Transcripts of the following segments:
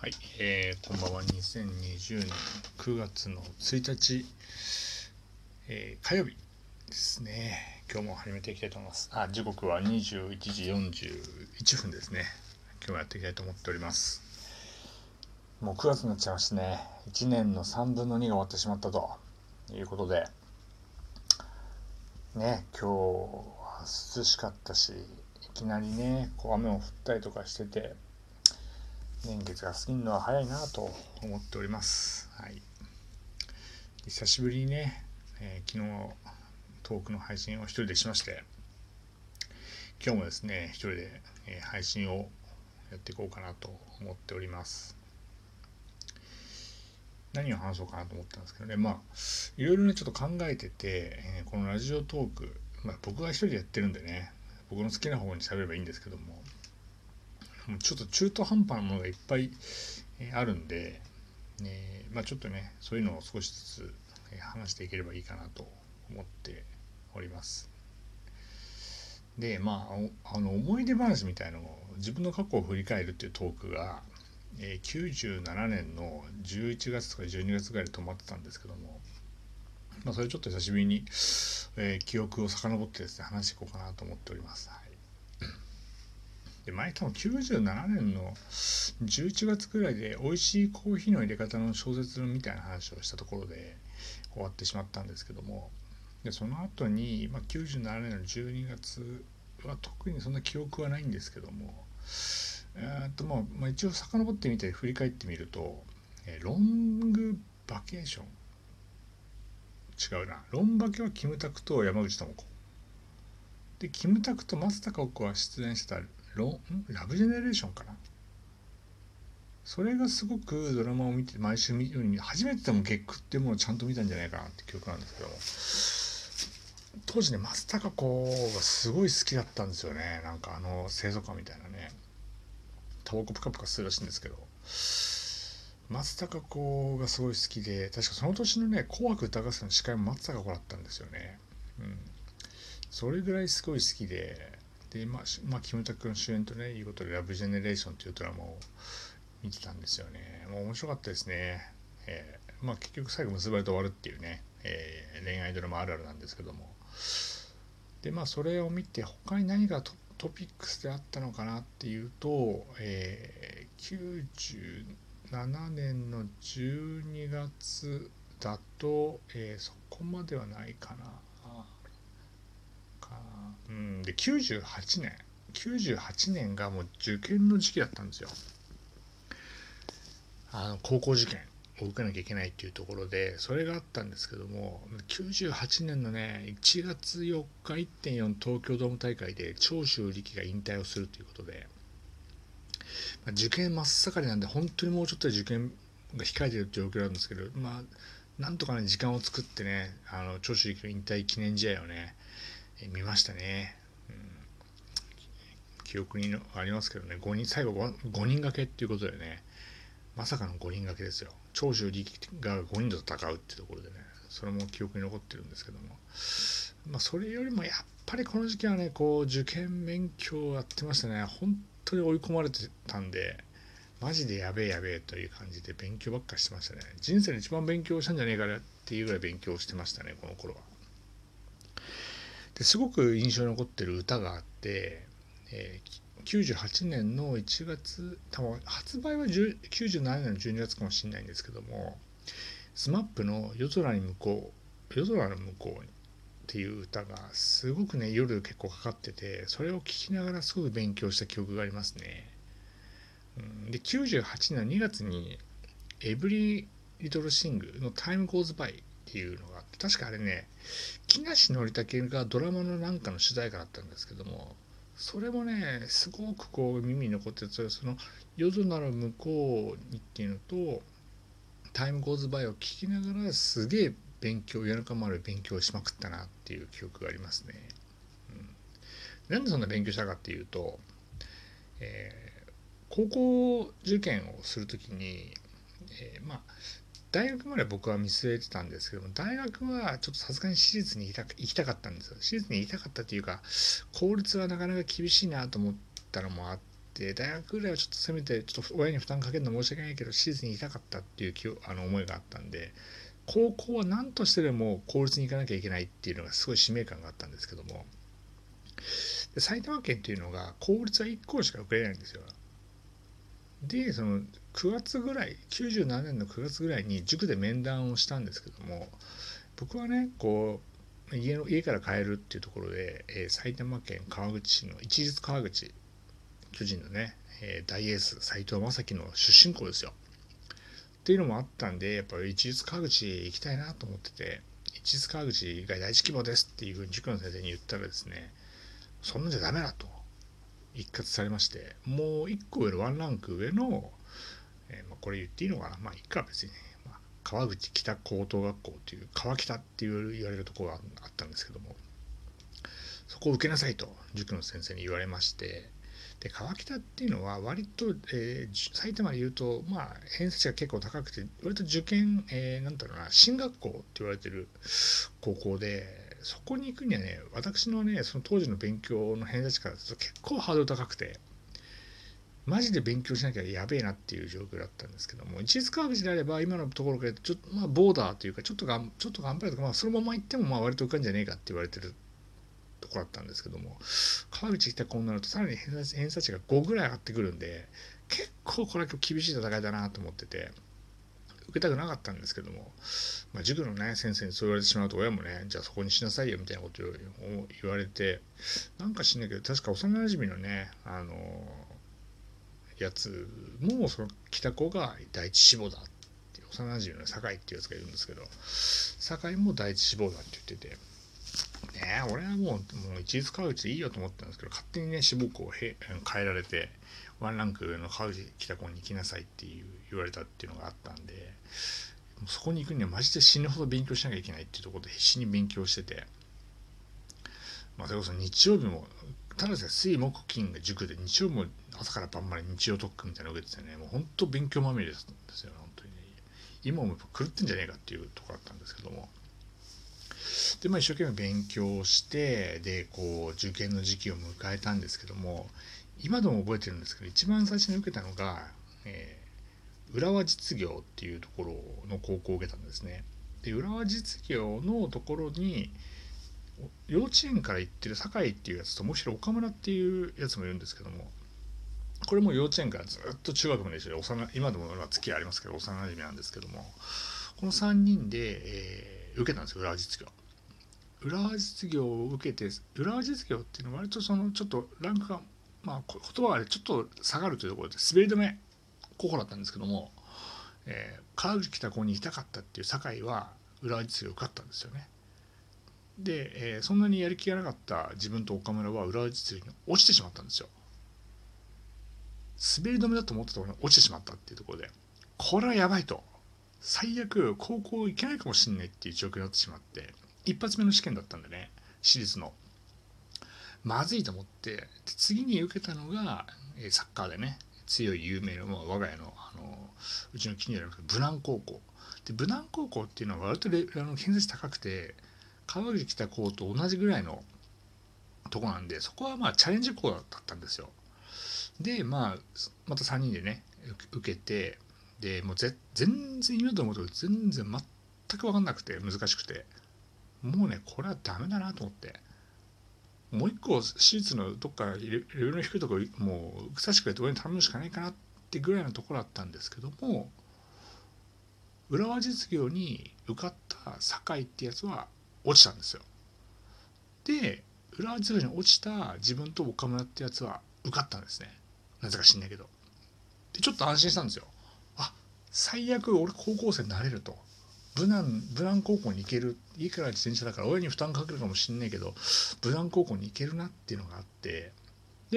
はい、こんばんは。2020年9月の1日、火曜日ですね。今日も始めていきたいと思います。時刻は21時41分ですね。今日もやっていきたいと思っております。もう9月になっちゃいましたね。1年の3分の2が終わってしまったということで、ね、今日は涼しかったし、いきなりね、雨も降ったりとかしてて、年月が過ぎるのは早いなと思っております。はい。久しぶりにね、昨日トークの配信を一人でしまして、今日もですね、一人で、配信をやっていこうかなと思っております。何を話そうかなと思ったんですけどね、いろいろね、ちょっと考えてて、このラジオトーク、僕が一人でやってるんでね、僕の好きな方に喋ればいいんですけども、ちょっと中途半端なものがいっぱい、あるんで、ちょっとね、そういうのを少しずつ話していければいいかなと思っております。で、思い出話みたいなのを自分の過去を振り返るっていうトークが、97年の11月とか12月ぐらいで止まってたんですけども、それちょっと久しぶりに、記憶を遡ってですね、話していこうかなと思っております。はい、で前多分97年の11月ぐらいで美味しいコーヒーの入れ方の小説みたいな話をしたところで終わってしまったんですけども、でその後に、97年の12月は特にそんな記憶はないんですけども、一応遡ってみて振り返ってみると、ロングバケーション違うな、ロンバケはキムタクと山口智子で、キムタクと松たか子が出演してたラブジェネレーションかな、それがすごくドラマを見て毎週見るように、初めてでも月9っていうものをちゃんと見たんじゃないかなって記憶なんですけども、当時ね、松たか子がすごい好きだったんですよね。なんか清楚感みたいなね、タバコプカプカするらしいんですけど、松たか子がすごい好きで、確かその年のね、紅白歌合戦の司会も松たか子だったんですよね。それぐらいすごい好きで、キムタクの主演とね、いうことでラブジェネレーションというドラマを見てたんですよね。もう面白かったですね。結局最後結ばれて終わるっていうね、恋愛ドラマあるあるなんですけども、でそれを見て他に何がトピックスであったのかなっていうと、97年の12月だと、そこまではないかな。で98年がもう受験の時期だったんですよ。高校受験を受けなきゃいけないっていうところで、それがあったんですけども、98年のね1月4日 1.4 東京ドーム大会で長州力が引退をするということで、受験真っ盛りなんで本当にもうちょっとで受験が控えている状況なんですけど、なんとかね時間を作ってね、長州力の引退記念試合をね、見ましたね。記憶にありますけどね、最後5人掛けっていうことでね、まさかの5人掛けですよ。長州力が5人と戦うっていうところでね、それも記憶に残ってるんですけども、それよりもやっぱりこの時期はね、受験勉強をやってましたね。本当に追い込まれてたんで、マジでやべえやべえという感じで勉強ばっかしてましたね。人生で一番勉強したんじゃねえかなっていうぐらい勉強してましたね、この頃は。ですごく印象に残ってる歌があって、98年の1月、多分発売は97年の12月かもしれないんですけども、SMAP の夜空の向こうっていう歌がすごくね、夜結構かかってて、それを聴きながらすごく勉強した記憶がありますね。で98年の2月にエブリリトルシングのタイムゴーズバイっていうのがあって、確かあれね、木梨憲武がドラマのなんかの主題歌だったんですけども、それもねすごく耳に残ってて、その夜空の向こうにっていうのとタイムゴーズバイを聞きながら、すげえ夜中もある勉強しまくったなっていう記憶がありますね。なんでそんな勉強したかっていうと、高校受験をするときに、大学まで僕は見据えてたんですけども、大学はちょっとさすがに私立に行きたかったんですよ。私立に行きたかったっていうか、公立はなかなか厳しいなと思ったのもあって、大学ぐらいはちょっとせめてちょっと親に負担かけるの申し訳ないけど私立に行きたかったっていう思いがあったんで、高校は何としてでも公立に行かなきゃいけないっていうのがすごい使命感があったんですけども、で埼玉県っていうのが公立は1校しか受けれないんですよ。でその9月ぐらい97年の9月ぐらいに塾で面談をしたんですけども、僕はねこう家から帰るっていうところで、埼玉県川口市の一律川口、巨人のね、大エース斎藤正樹の出身校ですよっていうのもあったんで、やっぱり一律川口行きたいなと思ってて、一律川口が第一希望ですっていうふうに塾の先生に言ったらですね、そんなんじゃダメだと一括されまして、もう一個上のワンランク上の、これ言っていいのかな、まあいいか別にね、川口北高等学校っていう川北って言われるところがあったんですけども、そこを受けなさいと塾の先生に言われまして、で川北っていうのは割と、埼玉で言うと偏差値が結構高くて割と受験、なんだろうな進学校って言われてる高校で、そこに行くにはね、私のねその当時の勉強の偏差値からすると結構ハードル高くて、マジで勉強しなきゃやべえなっていう状況だったんですけども、一律川口であれば今のところからちょっとボーダーというかちょっと頑張るとか、そのまま行っても割と受かるんじゃねえかって言われてるところだったんですけども、川口来た子になるとさらに偏差値が5ぐらい上がってくるんで、結構これは厳しい戦いだなと思ってて受けたくなかったんですけども、塾のね先生にそう言われてしまうと親もね、じゃあそこにしなさいよみたいなことを言われて、なんか知んないけど確か幼馴染のねやつもその来た子が第一志望だって、幼馴染の酒井っていうやつがいるんですけど、酒井も第一志望だって言ってて、俺はもう一律川口でいいよと思ったんですけど、勝手にね志望校を変えられて、ワンランク上の川口来た子に行きなさいって言われたっていうのがあったんで、そこに行くにはマジで死ぬほど勉強しなきゃいけないっていうところで必死に勉強してて、それこそ日曜日もただでさえ水木金が塾で、日曜日も朝から晩まで日曜特訓みたいなのを受けててね、もう本当勉強まみれですよね、本当にね。今も狂ってんじゃねえかっていうところだったんですけども、で一生懸命勉強して、でこう受験の時期を迎えたんですけども、今でも覚えてるんですけど、一番最初に受けたのが、浦和実業っていうところの高校を受けたんですね。で浦和実業のところに幼稚園から行ってる酒井っていうやつと、もう一人岡村っていうやつもいるんですけども、これも幼稚園からずっと中学まで一緒で今でも付き合いありますけど幼馴染なんですけども、この3人で、受けたんですよ、浦和実業。浦和実業を受けて、浦和実業っていうのは割とそのちょっとランクが、言葉がちょっと下がるというところで滑り止め候補だったんですけども、川口北高に行きたかったっていう酒井は浦和実業受かったんですよね。で、そんなにやる気がなかった自分と岡村は浦和実業に落ちてしまったんですよ。滑り止めだと思ったところに落ちてしまったっていうところで、これはやばいと、最悪高校行けないかもしれないっていう状況になってしまって、一発目の試験だったんでね、私立のまずいと思って、次に受けたのがサッカーでね強い有名な、我が家の、うちの近所じゃなくて武南高校で、武南高校っていうのは割と偏差値高くて、川口来た校と同じぐらいのとこなんで、そこはチャレンジ校だったんですよ。でまた3人でね受けて、でもう全然今と思うと全然全く分かんなくて難しくて、もうねこれはダメだなと思って、もう一個私立のどっかレベルの低いところもう草しくやって親に頼むしかないかなってぐらいのところだったんですけども、浦和実業に受かった酒井ってやつは落ちたんですよ。で浦和実業に落ちた自分と岡村ってやつは受かったんですね、なぜか知んないけど。でちょっと安心したんですよ。最悪俺高校生になれると、武南高校に行ける、家から自転車だから親に負担かけるかもしんないけど武南高校に行けるなっていうのがあって、で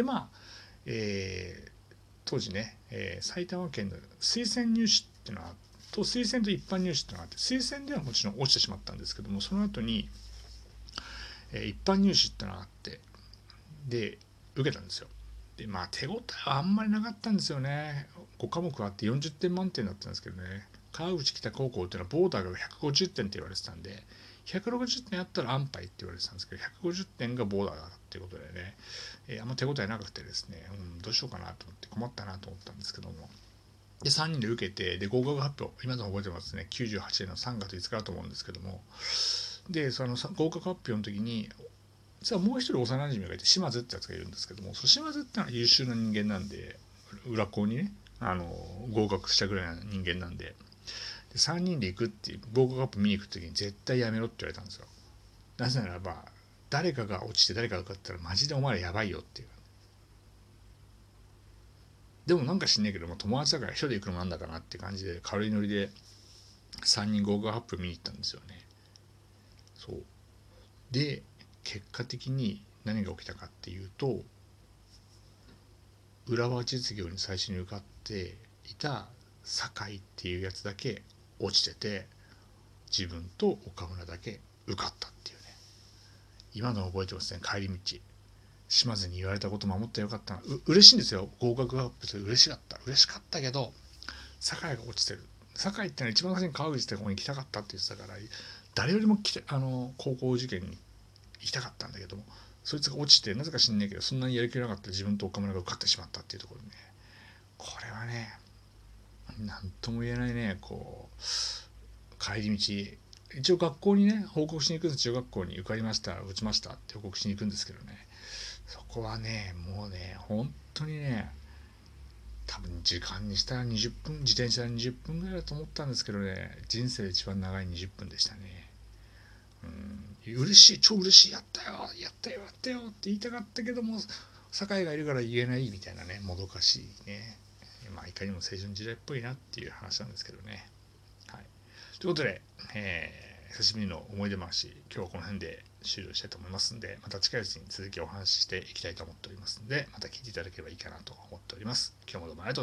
当時ね、埼玉県の推薦入試っていうのは推薦と一般入試っていうのがあって、推薦ではもちろん落ちてしまったんですけども、その後に、一般入試っていうのがあって、で受けたんですよ。で手応えはあんまりなかったんですよね。5科目あって40点満点だったんですけどね、川口北高校っていうのはボーダーが150点って言われてたんで、 160点あったら安牌って言われてたんですけど、150点がボーダーだっていうことでね、あんま手応えなくてですね、どうしようかなと思って困ったなと思ったんですけども、で3人で受けて、で合格発表、今でも覚えてますね、98年の3月5日だと思うんですけども、でその合格発表の時に、実はもう一人幼馴染がいて、島津ってやつがいるんですけども、その島津ってのは優秀な人間なんで、裏校にね合格したぐらいな人間なんで、3人で行くっていう合格アップ見に行く時に絶対やめろって言われたんですよ。なぜならば誰かが落ちて誰かが受かったらマジでお前らやばいよっていう。でもなんか知んねえけども、友達だから一人で行くのもなんだかなって感じで軽いノリで3人合格アップ見に行ったんですよね。そうで結果的に何が起きたかっていうと、浦和実業に最初に受かっていた酒井っていうやつだけ落ちてて、自分と岡村だけ受かったっていうね。今の覚えてますね。帰り道島津に言われたこと守ってよかったな。嬉しいんですよ、合格アップで嬉しかったけど、酒井が落ちてる。酒井ってのは一番最初に川口ってとこに行きたかったって言ってたから、誰よりも高校受験に行きたかったんだけども、そいつが落ちて、なぜか知んねえけどそんなにやる気なかった自分と岡村が受かってしまったっていうところでね、これはね何とも言えないね。こう帰り道、一応学校にね報告しに行くんです。中学校に受かりました、落ちましたって報告しに行くんですけどね、そこはねもうね本当にね、多分時間にしたら20分、自転車で20分ぐらいだと思ったんですけどね、人生で一番長い20分でしたね。嬉しい、超嬉しい、やったよやったよやったよって言いたかったけども、酒井がいるから言えないみたいなね、もどかしいね。まあいかにも青春時代っぽいなっていう話なんですけどね。はい、ということで、久しぶりの思い出話、今日はこの辺で終了したいと思いますんで、また近いうちに続きお話ししていきたいと思っておりますので、また聞いていただければいいかなと思っております。今日もどうもありがとうございました。